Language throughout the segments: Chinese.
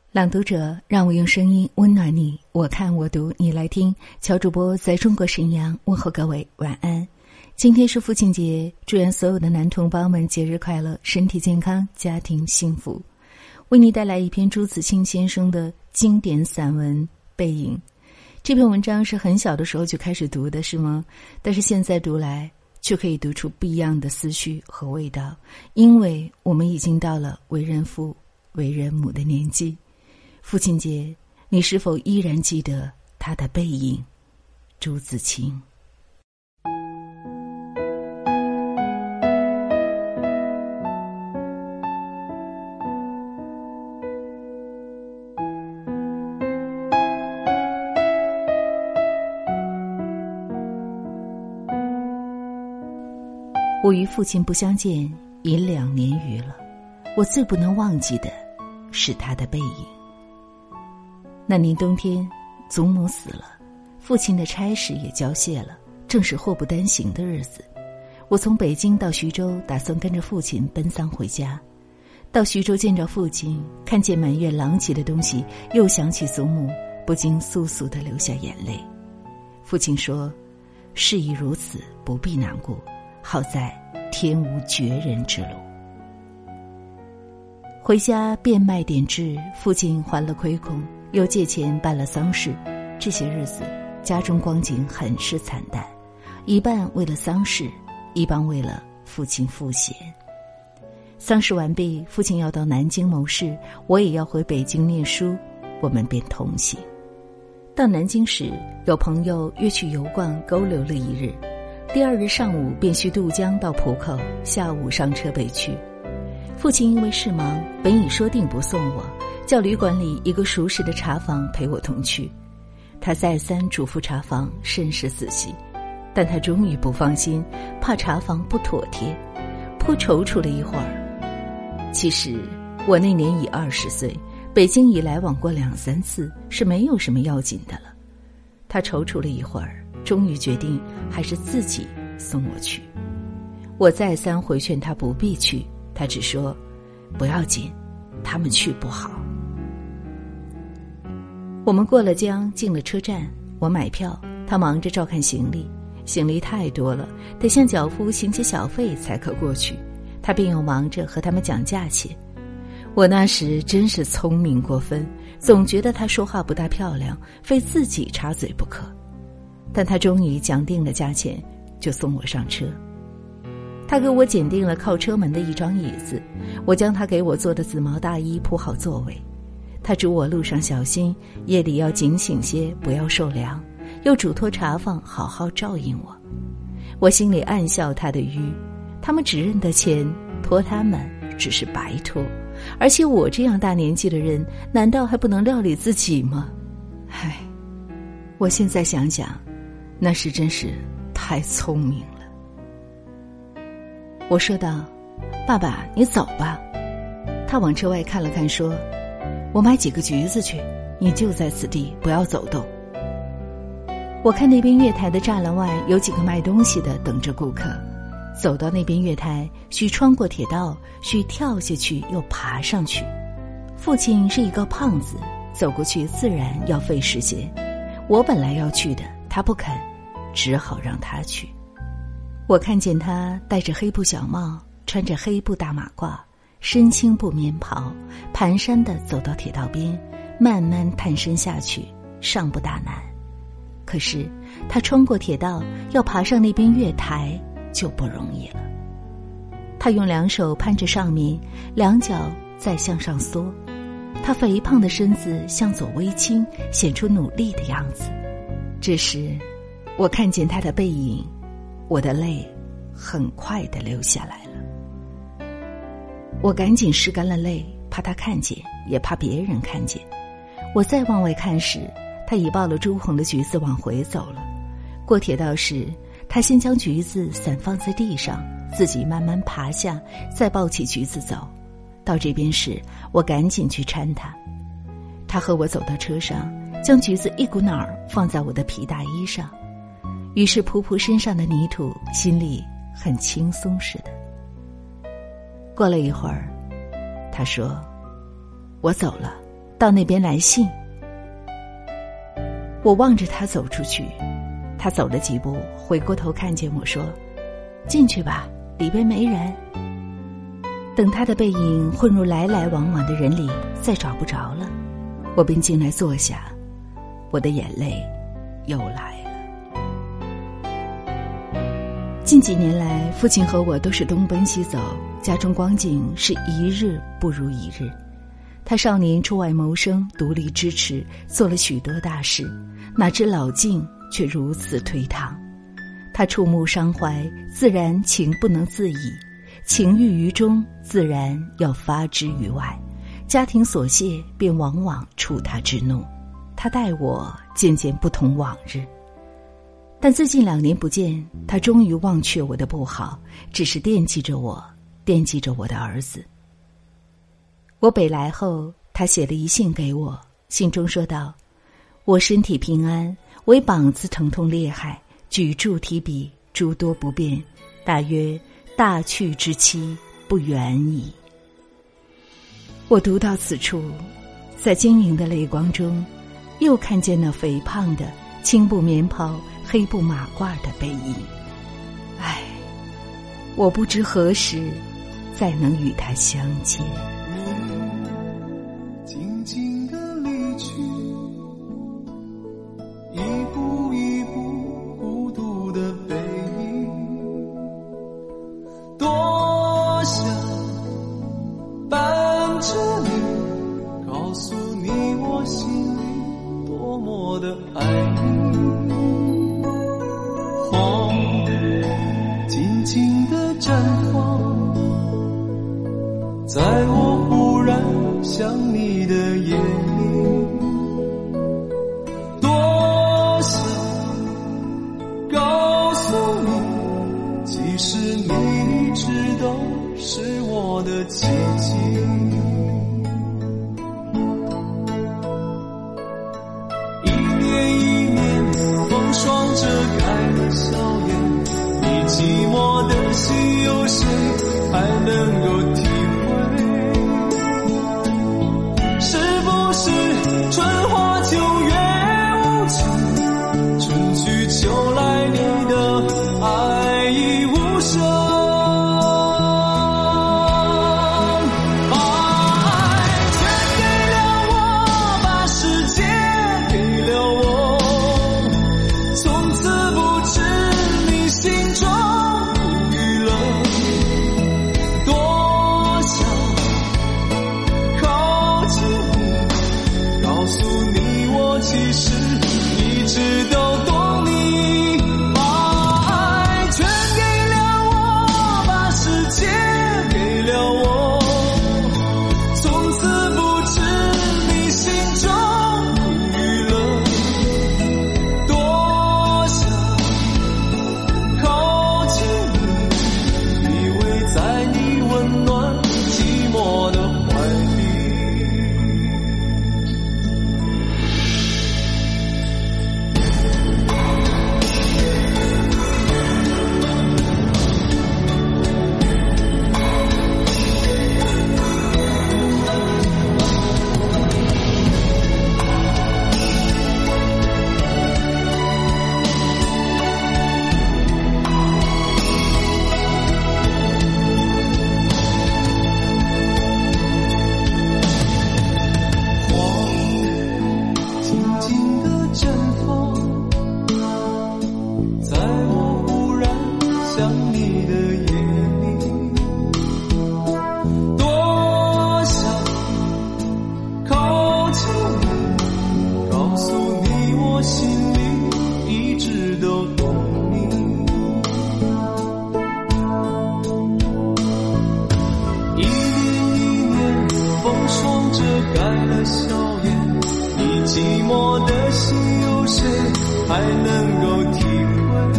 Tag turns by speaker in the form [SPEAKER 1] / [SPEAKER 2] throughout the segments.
[SPEAKER 1] 朗读者，让我用声音温暖你，我看我读你来听。乔主播在中国沈阳问候各位晚安。今天是父亲节，祝愿所有的男同胞们节日快乐，身体健康，家庭幸福。为你带来一篇朱自清先生的经典散文《背影》。这篇文章是很小的时候就开始读的，是吗？但是现在读来却可以读出不一样的思绪和味道，因为我们已经到了为人父为人母的年纪。父亲节，你是否依然记得他的背影？朱自清。我与父亲不相见已2年余了，我最不能忘记的是他的背影。那年冬天，祖母死了，父亲的差事也交卸了，正是祸不单行的日子。我从北京到徐州，打算跟着父亲奔丧回家。到徐州见着父亲，看见满院狼藉的东西，又想起祖母，不禁簌簌地流下眼泪。父亲说：“事已如此，不必难过，好在天无绝人之路。”回家变卖点质，父亲还了亏空，又借钱办了丧事。这些日子，家中光景很是惨淡，一半为了丧事，一半为了父亲赋闲。丧事完毕，父亲要到南京谋事，我也要回北京念书，我们便同行。到南京时，有朋友约去游逛勾留了一日，第二日上午便须渡江到浦口，下午上车北去。父亲因为事忙，本已说定不送我，叫旅馆里一个熟识的茶房陪我同去。他再三嘱咐茶房甚是仔细，但他终于不放心，怕茶房不妥帖，颇踌躇了一会儿。其实我那年已20岁，北京已来往过2、3次，是没有什么要紧的了。他踌躇了一会儿，终于决定还是自己送我去。我再三回劝他不必去，他只说不要紧，他们去不好。我们过了江，进了车站，我买票，他忙着照看行李，行李太多了，得向脚夫行起小费才可过去，他便又忙着和他们讲价钱。我那时真是聪明过分，总觉得他说话不大漂亮，非自己插嘴不可。但他终于讲定了价钱，就送我上车。他给我拣定了靠车门的一张椅子，我将他给我做的紫毛大衣铺好座位。他嘱我路上小心，夜里要警醒些，不要受凉，又嘱托茶房好好照应我。我心里暗笑他的愚，他们只认得钱，托他们只是白托，而且我这样大年纪的人，难道还不能料理自己吗？唉，我现在想想，那时真是太聪明了。我说道：“爸爸，你走吧。”他往车外看了看，说：“我买几个橘子去，你就在此地，不要走动。”我看那边月台的栅栏外有几个卖东西的等着顾客，走到那边月台，需穿过铁道，需跳下去又爬上去。父亲是一个胖子，走过去自然要费时些。我本来要去的，他不肯，只好让他去。我看见他戴着黑布小帽，穿着黑布大马褂，深青布棉袍，蹒跚地走到铁道边，慢慢探身下去，尚不大难。可是他穿过铁道，要爬上那边月台就不容易了。他用2手攀着上面，2脚再向上缩，他肥胖的身子向左微倾，显出努力的样子。这时我看见他的背影，我的泪很快地流下来了。我赶紧拭干了泪，怕他看见，也怕别人看见。我再往外看时，他已抱了朱红的橘子往回走了。过铁道时，他先将橘子散放在地上，自己慢慢爬下，再抱起橘子走。到这边时，我赶紧去搀他。他和我走到车上，将橘子一股脑儿放在我的皮大衣上，于是扑扑身上的泥土，心里很轻松似的。过了一会儿，他说：“我走了， 到那边来信。我望着他走出去，他走了几步，回过头看见我说：“进去吧，里边没人。”等他的背影混入来来往往的人里，再找不着了，我便进来坐下，我的眼泪又来了。近几年来，父亲和我都是东奔西走，家中光景是一日不如一日。他少年出外谋生，独立支持，做了许多大事，哪知老境却如此推搪。他触目伤怀，自然情不能自已，情郁于中，自然要发之于外，家庭琐屑便往往触他之怒。他待我渐渐不同往日，但最近2年不见，他终于忘却我的不好，只是惦记着我，惦记着我的儿子。我北来后，他写了一信给我，信中说道：“我身体平安，唯膀子疼痛厉害，举箸提笔诸多不便，大约大去之期不远矣。”我读到此处，在晶莹的泪光中，又看见那肥胖的青布棉袍黑布马褂的背影。唉，我不知何时再能与他相见。
[SPEAKER 2] 静静地离去，一步一步孤独的背影，多想伴着你，告诉你我心里多么的爱你。花静静地绽放，在我忽然想你的夜里，多想告诉你，即使你一直都是我的奇迹。一年一年风霜遮盖了笑颜，你寂寞的心有谁还能够体会？春花秋月无情，春去秋来，你的爱已无声。爱全给了我，把世界给了我，从此不知你心中苦与乐。多想靠近你，告诉你我其实一直都懂你。把爱全给了我，把世界给了我，从此不知你心中苦与乐。多想靠近你，依偎在你温暖寂寞的怀里。寂寞的心有谁还能够体会？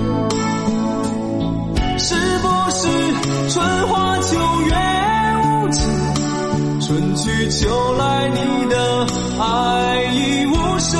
[SPEAKER 2] 是不是春花秋月无情，春去秋来，你的爱已无声。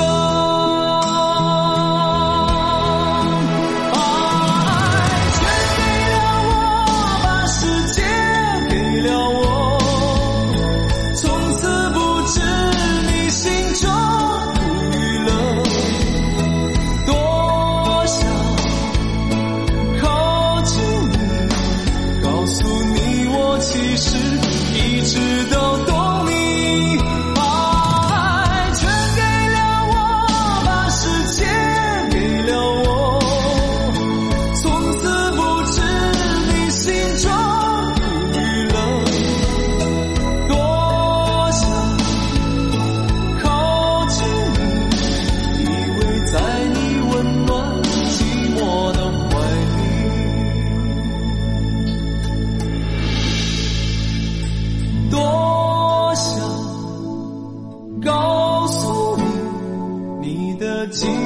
[SPEAKER 2] 记